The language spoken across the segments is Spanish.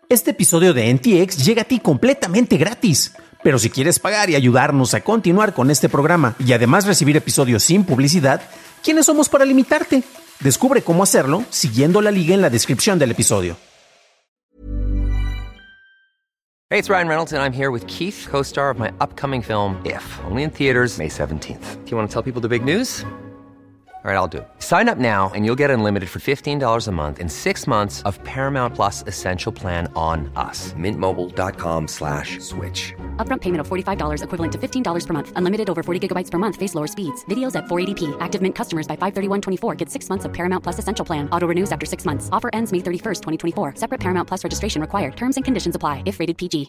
Este episodio de NTX llega a ti completamente gratis. Pero si quieres pagar y ayudarnos a continuar con este programa y además recibir episodios sin publicidad, ¿quiénes somos para limitarte? Descubre cómo hacerlo siguiendo la liga en la descripción del episodio. Hey, it's Ryan Reynolds, and I'm here with Keith, co-star of my upcoming film, If, only in theaters May 17th. Do you want to tell people the big news? All right, I'll do it. Sign up now and you'll get unlimited for $15 a month and 6 months of Paramount Plus Essential Plan on us. MintMobile.com/switch. Upfront payment of $45 equivalent to $15 per month. Unlimited over 40 gigabytes per month. Face lower speeds. Videos at 480p. Active Mint customers by 531.24 get 6 months of Paramount Plus Essential Plan. Auto renews after 6 months. Offer ends May 31st, 2024. Separate Paramount Plus registration required. Terms and conditions apply if rated PG.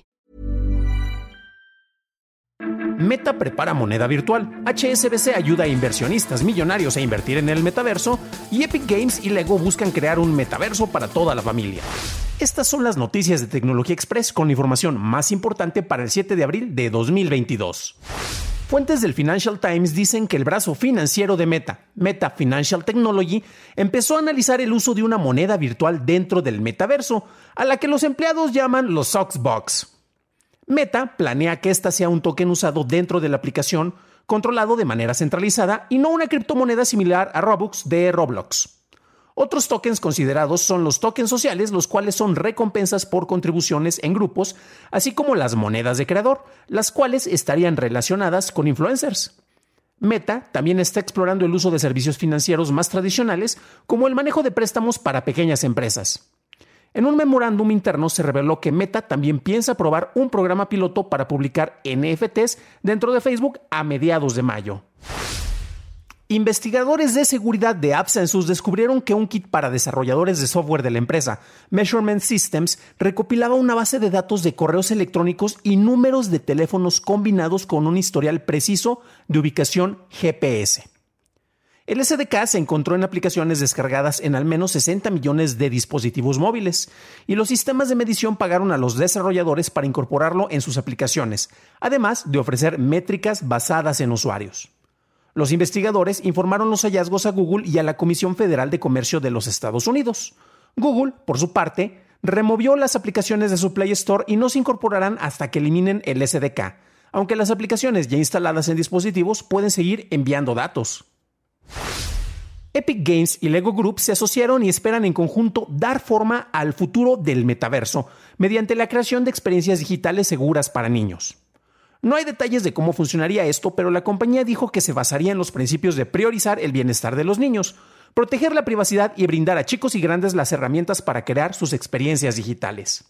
Meta prepara moneda virtual, HSBC ayuda a inversionistas millonarios a invertir en el metaverso y Epic Games y Lego buscan crear un metaverso para toda la familia. Estas son las noticias de Tecnología Express con la información más importante para el 7 de abril de 2022. Fuentes del Financial Times dicen que el brazo financiero de Meta Financial Technology, empezó a analizar el uso de una moneda virtual dentro del metaverso, a la que los empleados llaman los Socksbox. Meta planea que esta sea un token usado dentro de la aplicación, controlado de manera centralizada y no una criptomoneda similar a Robux de Roblox. Otros tokens considerados son los tokens sociales, los cuales son recompensas por contribuciones en grupos, así como las monedas de creador, las cuales estarían relacionadas con influencers. Meta también está explorando el uso de servicios financieros más tradicionales, como el manejo de préstamos para pequeñas empresas. En un memorándum interno se reveló que Meta también piensa probar un programa piloto para publicar NFTs dentro de Facebook a mediados de mayo. Investigadores de seguridad de AppSensus descubrieron que un kit para desarrolladores de software de la empresa Measurement Systems recopilaba una base de datos de correos electrónicos y números de teléfonos combinados con un historial preciso de ubicación GPS. El SDK se encontró en aplicaciones descargadas en al menos 60 millones de dispositivos móviles, y los sistemas de medición pagaron a los desarrolladores para incorporarlo en sus aplicaciones, además de ofrecer métricas basadas en usuarios. Los investigadores informaron los hallazgos a Google y a la Comisión Federal de Comercio de los Estados Unidos. Google, por su parte, removió las aplicaciones de su Play Store y no se incorporarán hasta que eliminen el SDK, aunque las aplicaciones ya instaladas en dispositivos pueden seguir enviando datos. Epic Games y Lego Group se asociaron y esperan en conjunto dar forma al futuro del metaverso mediante la creación de experiencias digitales seguras para niños. No hay detalles de cómo funcionaría esto, pero la compañía dijo que se basaría en los principios de priorizar el bienestar de los niños, proteger la privacidad y brindar a chicos y grandes las herramientas para crear sus experiencias digitales.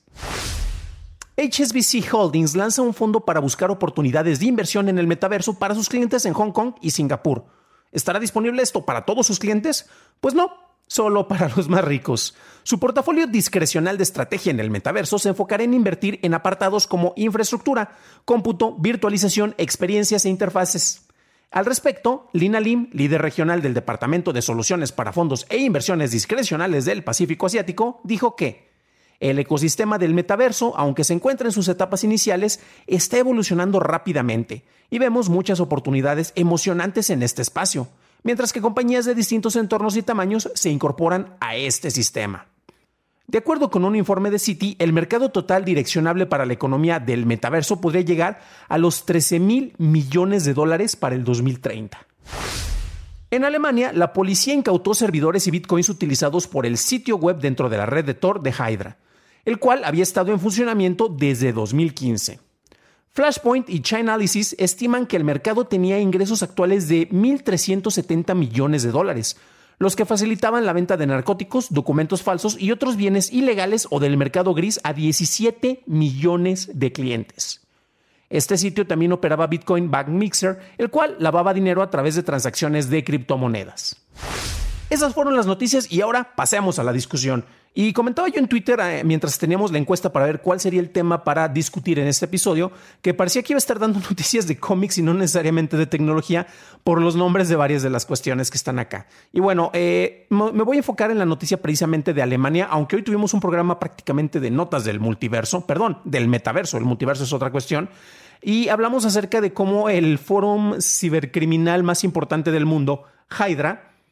HSBC Holdings lanza un fondo para buscar oportunidades de inversión en el metaverso para sus clientes en Hong Kong y Singapur. ¿Estará disponible esto para todos sus clientes? Pues no, solo para los más ricos. Su portafolio discrecional de estrategia en el metaverso se enfocará en invertir en apartados como infraestructura, cómputo, virtualización, experiencias e interfaces. Al respecto, Lina Lim, líder regional del Departamento de Soluciones para Fondos e Inversiones Discrecionales del Pacífico Asiático, dijo que el ecosistema del metaverso, aunque se encuentra en sus etapas iniciales, está evolucionando rápidamente y vemos muchas oportunidades emocionantes en este espacio, mientras que compañías de distintos entornos y tamaños se incorporan a este sistema. De acuerdo con un informe de Citi, el mercado total direccionable para la economía del metaverso podría llegar a los $13,000 millones para el 2030. En Alemania, la policía incautó servidores y bitcoins utilizados por el sitio web dentro de la red de Tor de Hydra, el cual había estado en funcionamiento desde 2015. Flashpoint y Chainalysis estiman que el mercado tenía ingresos actuales de $1,370 millones, los que facilitaban la venta de narcóticos, documentos falsos y otros bienes ilegales o del mercado gris a 17 millones de clientes. Este sitio también operaba Bitcoin Bank Mixer, el cual lavaba dinero a través de transacciones de criptomonedas. Esas fueron las noticias y ahora pasemos a la discusión. Y comentaba yo en Twitter mientras teníamos la encuesta para ver cuál sería el tema para discutir en este episodio, que parecía que iba a estar dando noticias de cómics y no necesariamente de tecnología por los nombres de varias de las cuestiones que están acá. Y bueno, me voy a enfocar en la noticia precisamente de Alemania, aunque hoy tuvimos un programa prácticamente de notas del del metaverso. El multiverso es otra cuestión. Y hablamos acerca de cómo el foro cibercriminal más importante del mundo, Hydra,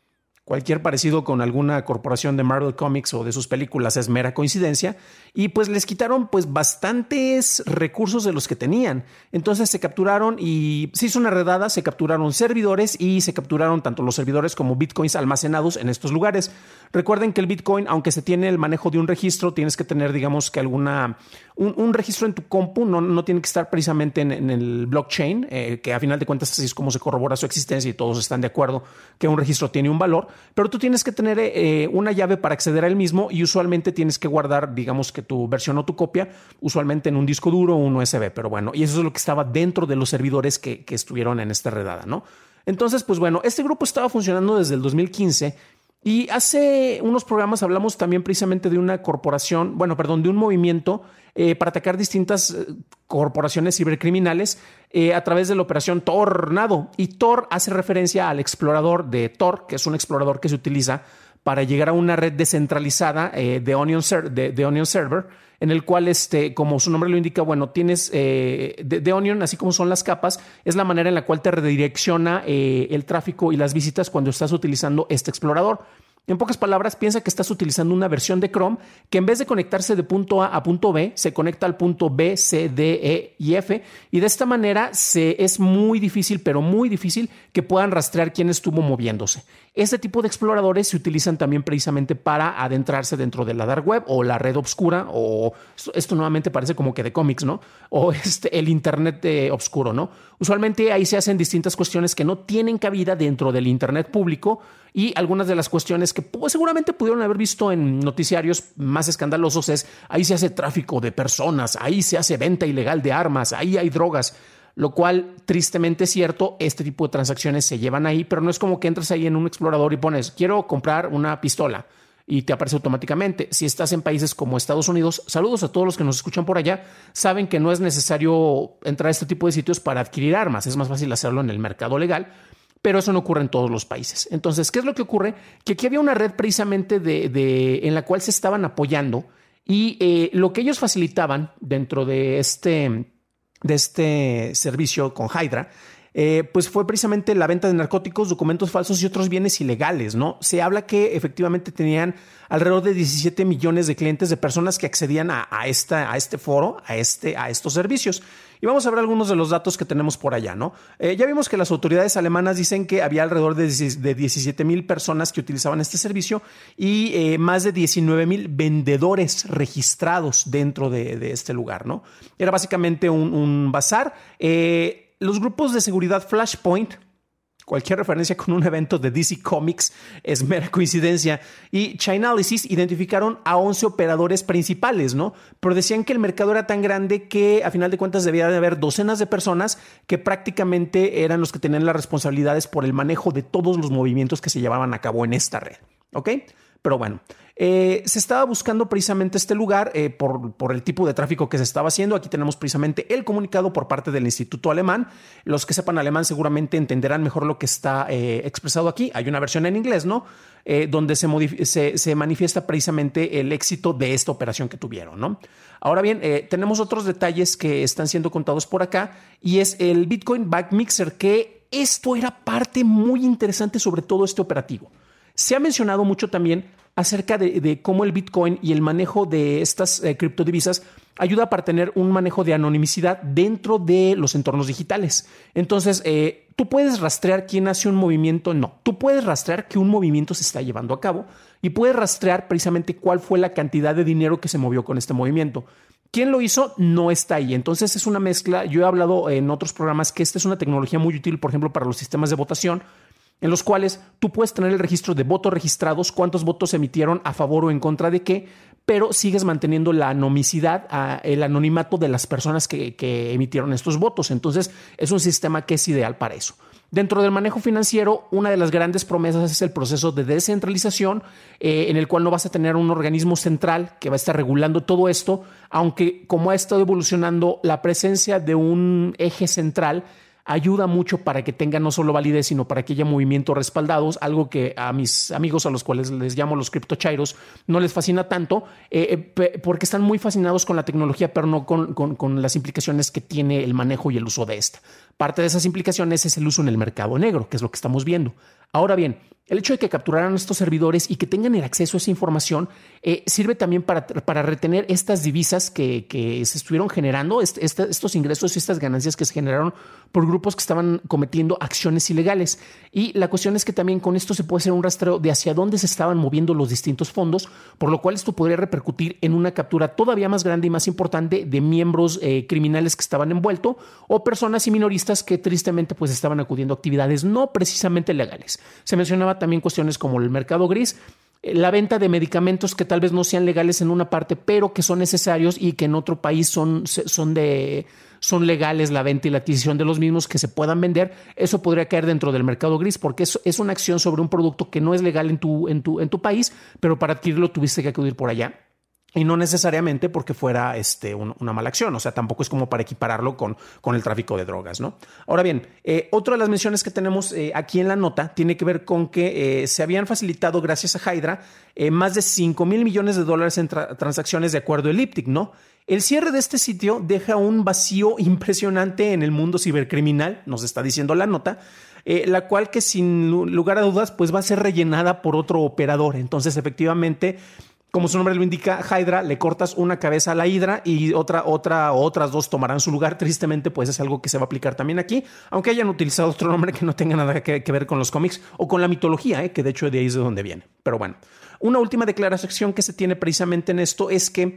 Cualquier parecido con alguna corporación de Marvel Comics o de sus películas es mera coincidencia, y pues les quitaron pues bastantes recursos de los que tenían. Entonces se capturaron y se hizo una redada, se capturaron servidores y se capturaron tanto los servidores como bitcoins almacenados en estos lugares. Recuerden que el Bitcoin, aunque se tiene el manejo de un registro, tienes que tener, digamos, que un registro en tu compu, no tiene que estar precisamente en el blockchain, que a final de cuentas así es como se corrobora su existencia y todos están de acuerdo que un registro tiene un valor, pero tú tienes que tener una llave para acceder al mismo y usualmente tienes que guardar, digamos, que tu versión o tu copia, usualmente en un disco duro o un USB, pero bueno, y eso es lo que estaba dentro de los servidores que estuvieron en esta redada, ¿no? Entonces, pues bueno, este grupo estaba funcionando desde el 2015. Y hace unos programas hablamos también precisamente de una corporación, de un movimiento para atacar distintas corporaciones cibercriminales a través de la operación Tornado. Y Tor hace referencia al explorador de Tor, que es un explorador que se utiliza para llegar a una red descentralizada de Onion Server, en el cual, como su nombre lo indica, tienes de Onion, así como son las capas, es la manera en la cual te redirecciona el tráfico y las visitas cuando estás utilizando este explorador. En pocas palabras, piensa que estás utilizando una versión de Chrome que en vez de conectarse de punto A a punto B, se conecta al punto B, C, D, E y F, y de esta manera es muy difícil, pero muy difícil que puedan rastrear quién estuvo moviéndose. Este tipo de exploradores se utilizan también precisamente para adentrarse dentro de la dark web o la red obscura, o esto nuevamente parece como que de cómics, ¿no? O el internet obscuro, ¿no? Usualmente ahí se hacen distintas cuestiones que no tienen cabida dentro del internet público, y algunas de las cuestiones que seguramente pudieron haber visto en noticiarios más escandalosos es: ahí se hace tráfico de personas, ahí se hace venta ilegal de armas, ahí hay drogas. Lo cual tristemente es cierto, este tipo de transacciones se llevan ahí, pero no es como que entres ahí en un explorador y pones quiero comprar una pistola y te aparece automáticamente. Si estás en países como Estados Unidos, saludos a todos los que nos escuchan por allá, saben que no es necesario entrar a este tipo de sitios para adquirir armas, es más fácil hacerlo en el mercado legal, pero eso no ocurre en todos los países. Entonces, ¿qué es lo que ocurre? Que aquí había una red precisamente en la cual se estaban apoyando, y lo que ellos facilitaban dentro de este servicio con Hydra, pues fue precisamente la venta de narcóticos, documentos falsos y otros bienes ilegales, ¿no? Se habla que efectivamente tenían alrededor de 17 millones de clientes, de personas que accedían a este foro, a estos servicios. Y vamos a ver algunos de los datos que tenemos por allá, ¿no? Ya vimos que las autoridades alemanas dicen que había alrededor de 17,000 personas que utilizaban este servicio y más de 19,000 vendedores registrados dentro de este lugar, ¿no? Era básicamente un bazar. Los grupos de seguridad Flashpoint, cualquier referencia con un evento de DC Comics es mera coincidencia, y Chainalysis identificaron a 11 operadores principales, ¿no? Pero decían que el mercado era tan grande que a final de cuentas debía de haber docenas de personas que prácticamente eran los que tenían las responsabilidades por el manejo de todos los movimientos que se llevaban a cabo en esta red, ¿ok? Pero bueno, se estaba buscando precisamente este lugar por el tipo de tráfico que se estaba haciendo. Aquí tenemos precisamente el comunicado por parte del Instituto Alemán. Los que sepan alemán seguramente entenderán mejor lo que está expresado aquí. Hay una versión en inglés, ¿no? Donde se manifiesta precisamente el éxito de esta operación que tuvieron, ¿no? Ahora bien, tenemos otros detalles que están siendo contados por acá, y es el Bitcoin Back Mixer, que esto era parte muy interesante sobre todo este operativo. Se ha mencionado mucho también acerca de cómo el Bitcoin y el manejo de estas criptodivisas ayuda para tener un manejo de anonimicidad dentro de los entornos digitales. Entonces, tú puedes rastrear quién hace un movimiento. No, tú puedes rastrear que un movimiento se está llevando a cabo y puedes rastrear precisamente cuál fue la cantidad de dinero que se movió con este movimiento. ¿Quién lo hizo? No está ahí. Entonces es una mezcla. Yo he hablado en otros programas que esta es una tecnología muy útil, por ejemplo, para los sistemas de votación, en los cuales tú puedes tener el registro de votos registrados, cuántos votos se emitieron a favor o en contra de qué, pero sigues manteniendo la anonimicidad, el anonimato de las personas que emitieron estos votos. Entonces es un sistema que es ideal para eso. Dentro del manejo financiero, una de las grandes promesas es el proceso de descentralización, en el cual no vas a tener un organismo central que va a estar regulando todo esto, aunque como ha estado evolucionando, la presencia de un eje central ayuda mucho para que tenga no solo validez, sino para que haya movimientos respaldados, algo que a mis amigos, a los cuales les llamo los criptochairos, no les fascina tanto, porque están muy fascinados con la tecnología, pero no con las implicaciones que tiene el manejo y el uso de esta. Parte de esas implicaciones es el uso en el mercado negro, que es lo que estamos viendo. Ahora bien, el hecho de que capturaran estos servidores y que tengan el acceso a esa información sirve también para retener estas divisas que se estuvieron generando, estos ingresos y estas ganancias que se generaron por grupos que estaban cometiendo acciones ilegales. Y la cuestión es que también con esto se puede hacer un rastreo de hacia dónde se estaban moviendo los distintos fondos, por lo cual esto podría repercutir en una captura todavía más grande y más importante de miembros criminales que estaban envueltos o personas y minoristas que tristemente pues estaban acudiendo a actividades no precisamente legales. Se mencionaba también cuestiones como el mercado gris, la venta de medicamentos que tal vez no sean legales en una parte, pero que son necesarios y que en otro país son legales la venta y la adquisición de los mismos que se puedan vender. Eso podría caer dentro del mercado gris porque es una acción sobre un producto que no es legal en tu país, pero para adquirirlo tuviste que acudir por allá. Y no necesariamente porque fuera una mala acción. O sea, tampoco es como para equipararlo con el tráfico de drogas, ¿no? Ahora bien, otra de las menciones que tenemos aquí en la nota tiene que ver con que se habían facilitado gracias a Hydra más de $5,000 millones en transacciones de acuerdo a Elliptic, ¿no? El cierre de este sitio deja un vacío impresionante en el mundo cibercriminal, nos está diciendo la nota, la cual que sin lugar a dudas pues va a ser rellenada por otro operador. Entonces, efectivamente, como su nombre lo indica, Hydra, le cortas una cabeza a la hidra y otras dos tomarán su lugar. Tristemente, pues es algo que se va a aplicar también aquí, aunque hayan utilizado otro nombre que no tenga nada que ver con los cómics o con la mitología, que de hecho de ahí es de donde viene. Pero bueno, una última declaración que se tiene precisamente en esto es que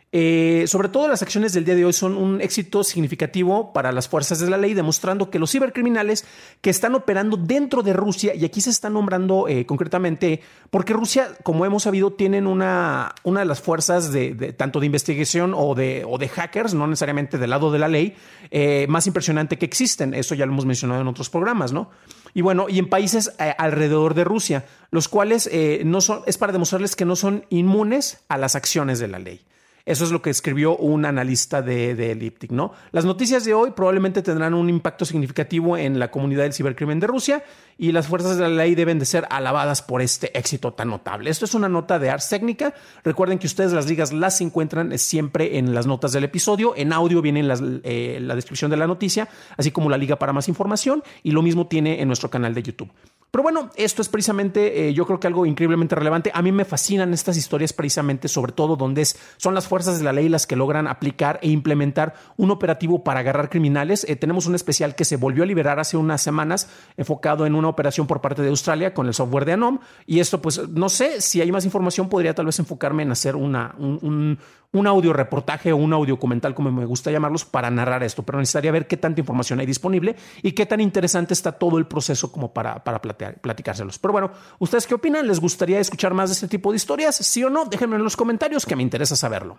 sobre todo las acciones del día de hoy son un éxito significativo para las fuerzas de la ley, demostrando que los cibercriminales que están operando dentro de Rusia, y aquí se está nombrando concretamente, porque Rusia, como hemos sabido, tienen una de las fuerzas de tanto de investigación o de hackers, no necesariamente del lado de la ley, más impresionante que existen. Eso ya lo hemos mencionado en otros programas, ¿no? Y bueno, y en países alrededor de Rusia, los cuales es para demostrarles que no son inmunes a las acciones de la ley. Eso es lo que escribió un analista de Elliptic, ¿no? Las noticias de hoy probablemente tendrán un impacto significativo en la comunidad del cibercrimen de Rusia y las fuerzas de la ley deben de ser alabadas por este éxito tan notable. Esto es una nota de Ars Technica. Recuerden que ustedes las ligas las encuentran siempre en las notas del episodio. En audio viene en la descripción de la noticia, así como la liga para más información, y lo mismo tiene en nuestro canal de YouTube. Pero bueno, esto es precisamente yo creo que algo increíblemente relevante. A mí me fascinan estas historias precisamente, sobre todo donde son las fuerzas de la ley las que logran aplicar e implementar un operativo para agarrar criminales. Tenemos un especial que se volvió a liberar hace unas semanas enfocado en una operación por parte de Australia con el software de Anom, y esto pues no sé si hay más información, podría tal vez enfocarme en hacer un audio reportaje o un audio documental, como me gusta llamarlos, para narrar esto, pero necesitaría ver qué tanta información hay disponible y qué tan interesante está todo el proceso como para platicárselos. Pero bueno, ¿ustedes qué opinan? ¿Les gustaría escuchar más de este tipo de historias? ¿Sí o no? Déjenme en los comentarios, que me interesa saberlo.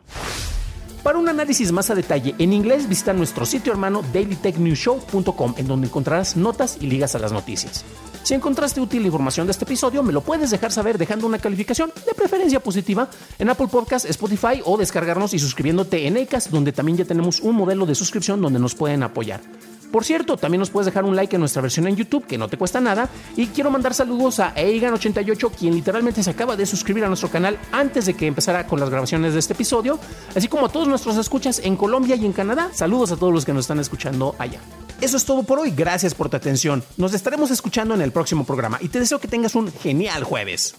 Para un análisis más a detalle en inglés, visita nuestro sitio hermano dailytechnewsshow.com, en donde encontrarás notas y ligas a las noticias. Si encontraste útil la información de este episodio, me lo puedes dejar saber dejando una calificación, de preferencia positiva, en Apple Podcasts, Spotify, o descargarnos y suscribiéndote en Acast, donde también ya tenemos un modelo de suscripción donde nos pueden apoyar. Por cierto, también nos puedes dejar un like en nuestra versión en YouTube, que no te cuesta nada. Y quiero mandar saludos a Eigan88, quien literalmente se acaba de suscribir a nuestro canal antes de que empezara con las grabaciones de este episodio, así como a todos nuestros escuchas en Colombia y en Canadá. Saludos a todos los que nos están escuchando allá. Eso es todo por hoy. Gracias por tu atención. Nos estaremos escuchando en el próximo programa y te deseo que tengas un genial jueves.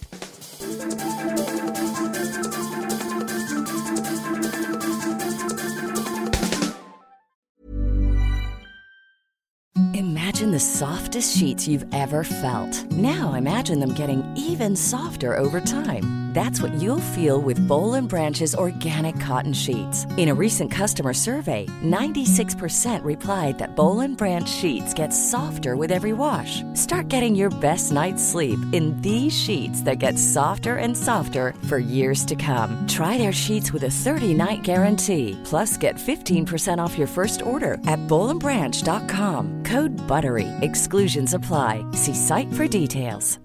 Imagine the softest sheets you've ever felt. Now imagine them getting even softer over time. That's what you'll feel with Boll & Branch's organic cotton sheets. In a recent customer survey, 96% replied that Boll & Branch sheets get softer with every wash. Start getting your best night's sleep in these sheets that get softer and softer for years to come. Try their sheets with a 30-night guarantee. Plus, get 15% off your first order at bollandbranch.com. Code BUTTERY. Exclusions apply. See site for details.